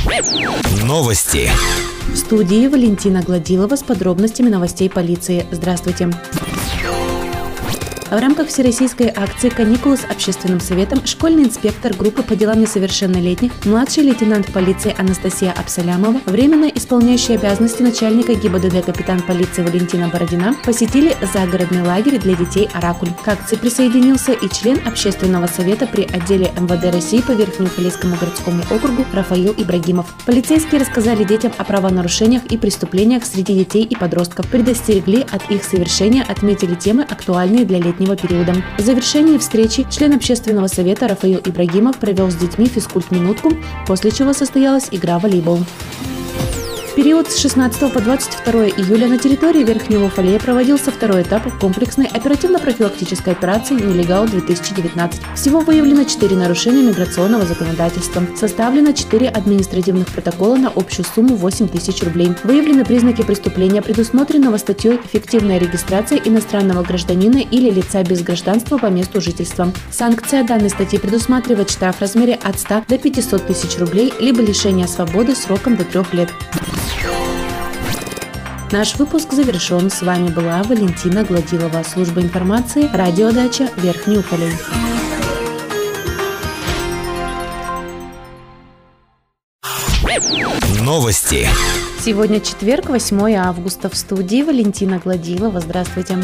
Новости. В студии Валентина Гладилова с подробностями новостей полиции. Здравствуйте. В рамках всероссийской акции «Каникулы» с общественным советом школьный инспектор группы по делам несовершеннолетних, младший лейтенант полиции Анастасия Абсалямова, временно исполняющая обязанности начальника ГИБДД капитан полиции Валентина Бородина посетили загородный лагерь для детей «Оракуль». К акции присоединился и член общественного совета при отделе МВД России по Верхнеуфалейскому городскому округу Рафаил Ибрагимов. Полицейские рассказали детям о правонарушениях и преступлениях среди детей и подростков, предостерегли от их совершения, отметили темы, актуальные для летнего периода. В завершении встречи член общественного совета Рафаил Ибрагимов провел с детьми физкульт-минутку, после чего состоялась игра в волейбол. В период с 16 по 22 июля на территории Верхнего Уфалея проводился второй этап комплексной оперативно-профилактической операции «Нелегал-2019». Всего выявлено 4 нарушения миграционного законодательства. Составлено 4 административных протокола на общую сумму 8 тысяч рублей. Выявлены признаки преступления, предусмотренного статьей «Эффективная регистрация иностранного гражданина или лица без гражданства по месту жительства». Санкция данной статьи предусматривает штраф в размере от 100 до 500 тысяч рублей, либо лишение свободы сроком до 3 лет. Наш выпуск завершен. С вами была Валентина Гладилова. Служба информации, радиодача Верхний Уфалей. Новости. Сегодня четверг, 8 августа. В студии Валентина Гладилова. Здравствуйте.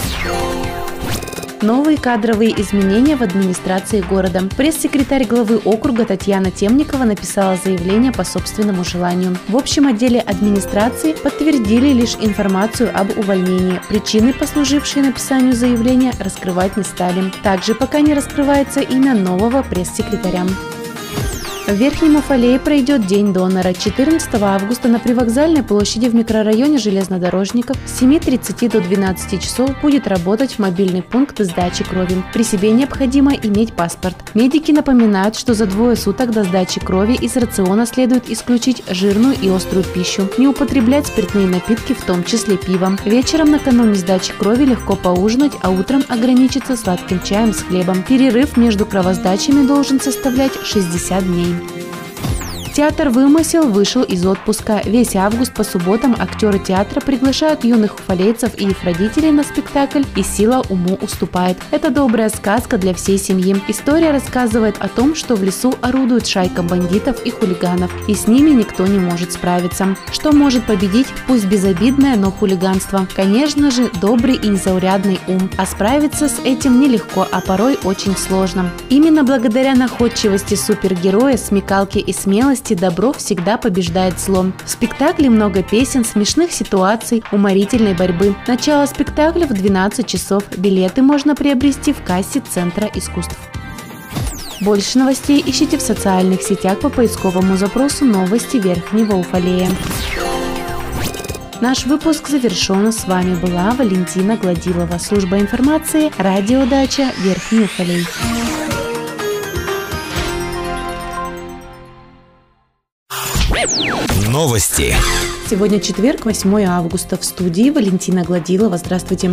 Новые кадровые изменения в администрации города. Пресс-секретарь главы округа Татьяна Темникова написала заявление по собственному желанию. В общем отделе администрации подтвердили лишь информацию об увольнении. Причины, послужившие написанию заявления, раскрывать не стали. Также пока не раскрывается имя нового пресс-секретаря. В Верхнем Уфалее пройдет День донора. 14 августа на Привокзальной площади в микрорайоне Железнодорожников с 7:30 до 12 часов будет работать мобильный пункт сдачи крови. При себе необходимо иметь паспорт. Медики напоминают, что за 2 суток до сдачи крови из рациона следует исключить жирную и острую пищу, не употреблять спиртные напитки, в том числе пиво. Вечером накануне сдачи крови легко поужинать, а утром ограничиться сладким чаем с хлебом. Перерыв между кровосдачами должен составлять 60 дней. Театр «Вымысел» вышел из отпуска. Весь август по субботам актеры театра приглашают юных уфалейцев и их родителей на спектакль «И сила уму уступает». Это добрая сказка для всей семьи. История рассказывает о том, что в лесу орудует шайка бандитов и хулиганов, и с ними никто не может справиться. Что может победить, пусть безобидное, но хулиганство? Конечно же, добрый и незаурядный ум. А справиться с этим нелегко, а порой очень сложно. Именно благодаря находчивости супергероя, смекалке и смелости добро всегда побеждает зло. В спектакле много песен, смешных ситуаций, уморительной борьбы. Начало спектакля в 12 часов. Билеты можно приобрести в кассе Центра искусств. Больше новостей ищите в социальных сетях по поисковому запросу «Новости Верхнего Уфалея». Наш выпуск завершен. С вами была Валентина Гладилова. Служба информации, радиодача Верхний Уфалей. Новости. Сегодня четверг, 8 августа. В студии Валентина Гладилова. Здравствуйте.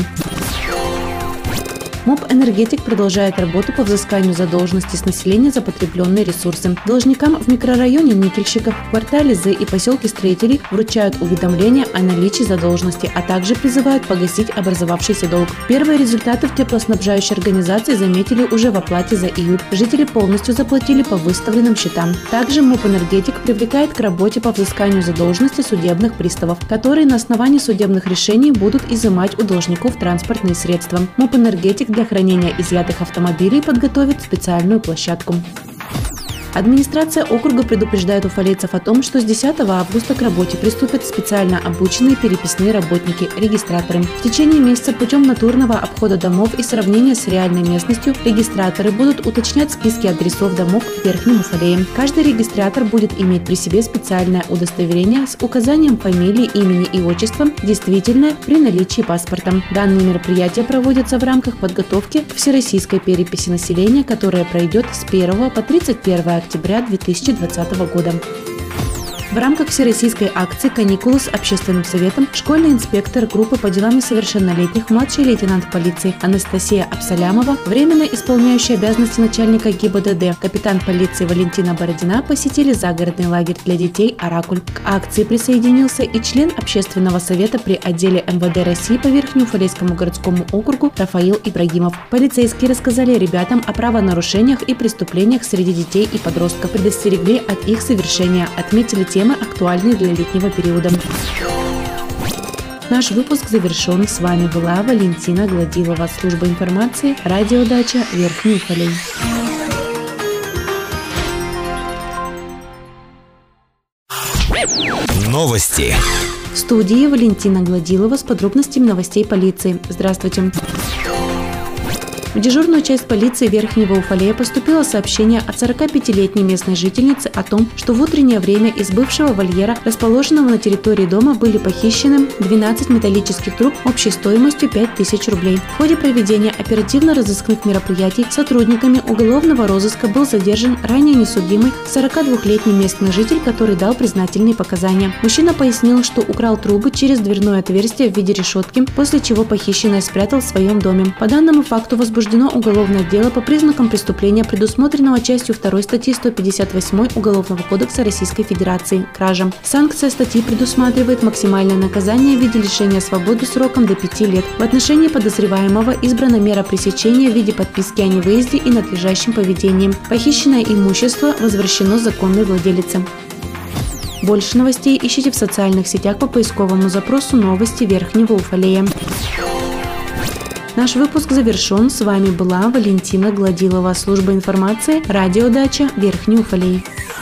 МОП «Энергетик» продолжает работу по взысканию задолженности с населения за потребленные ресурсы. Должникам в микрорайоне Никельщиков, в квартале З и поселке Строителей вручают уведомления о наличии задолженности, а также призывают погасить образовавшийся долг. Первые результаты в теплоснабжающей организации заметили уже в оплате за июль. Жители полностью заплатили по выставленным счетам. Также МОП «Энергетик» привлекает к работе по взысканию задолженности судебных приставов, которые на основании судебных решений будут изымать у должников транспортные средства. МОП «Энергетик» для хранения изъятых автомобилей подготовит специальную площадку. Администрация округа предупреждает уфалейцев о том, что с 10 августа к работе приступят специально обученные переписные работники – регистраторы. В течение месяца путем натурного обхода домов и сравнения с реальной местностью регистраторы будут уточнять списки адресов домов в Верхнем Уфалее. Каждый регистратор будет иметь при себе специальное удостоверение с указанием фамилии, имени и отчества, действительное при наличии паспорта. Данные мероприятия проводятся в рамках подготовки к всероссийской переписи населения, которая пройдет с 1 по 31 октября 2020 года. В рамках всероссийской акции «Каникулы с общественным советом» школьный инспектор группы по делам несовершеннолетних, младший лейтенант полиции Анастасия Абсалямова, временно исполняющая обязанности начальника ГИБДД, капитан полиции Валентина Бородина посетили загородный лагерь для детей «Оракуль». К акции присоединился и член общественного совета при отделе МВД России по Верхнеуфалейскому городскому округу Рафаил Ибрагимов. Полицейские рассказали ребятам о правонарушениях и преступлениях среди детей и подростков, предостерегли от их совершения, отметили темы, актуальные для летнего периода. Наш выпуск завершен. С вами была Валентина Гладилова, служба информации, радиодача Верхний Уфалей. Новости. В студии Валентина Гладилова с подробностями новостей полиции. Здравствуйте. В дежурную часть полиции Верхнего Уфалея поступило сообщение от 45-летней местной жительницы о том, что в утреннее время из бывшего вольера, расположенного на территории дома, были похищены 12 металлических труб общей стоимостью 5000 рублей. В ходе проведения оперативно-розыскных мероприятий сотрудниками уголовного розыска был задержан ранее несудимый 42-летний местный житель, который дал признательные показания. Мужчина пояснил, что украл трубы через дверное отверстие в виде решетки, после чего похищенное спрятал в своем доме. По данному факту возбуждено уголовное дело по признакам преступления, предусмотренного частью 2 статьи 158 Уголовного кодекса Российской Федерации – кража. Санкция статьи предусматривает максимальное наказание в виде лишения свободы сроком до 5 лет. В отношении подозреваемого избрана мера пресечения в виде подписки о невыезде и надлежащем поведении. Похищенное имущество возвращено законной владелице. Больше новостей ищите в социальных сетях по поисковому запросу «Новости Верхнего Уфалея». Наш выпуск завершен. С вами была Валентина Гладилова, служба информации, радиодача Верхний Уфалей.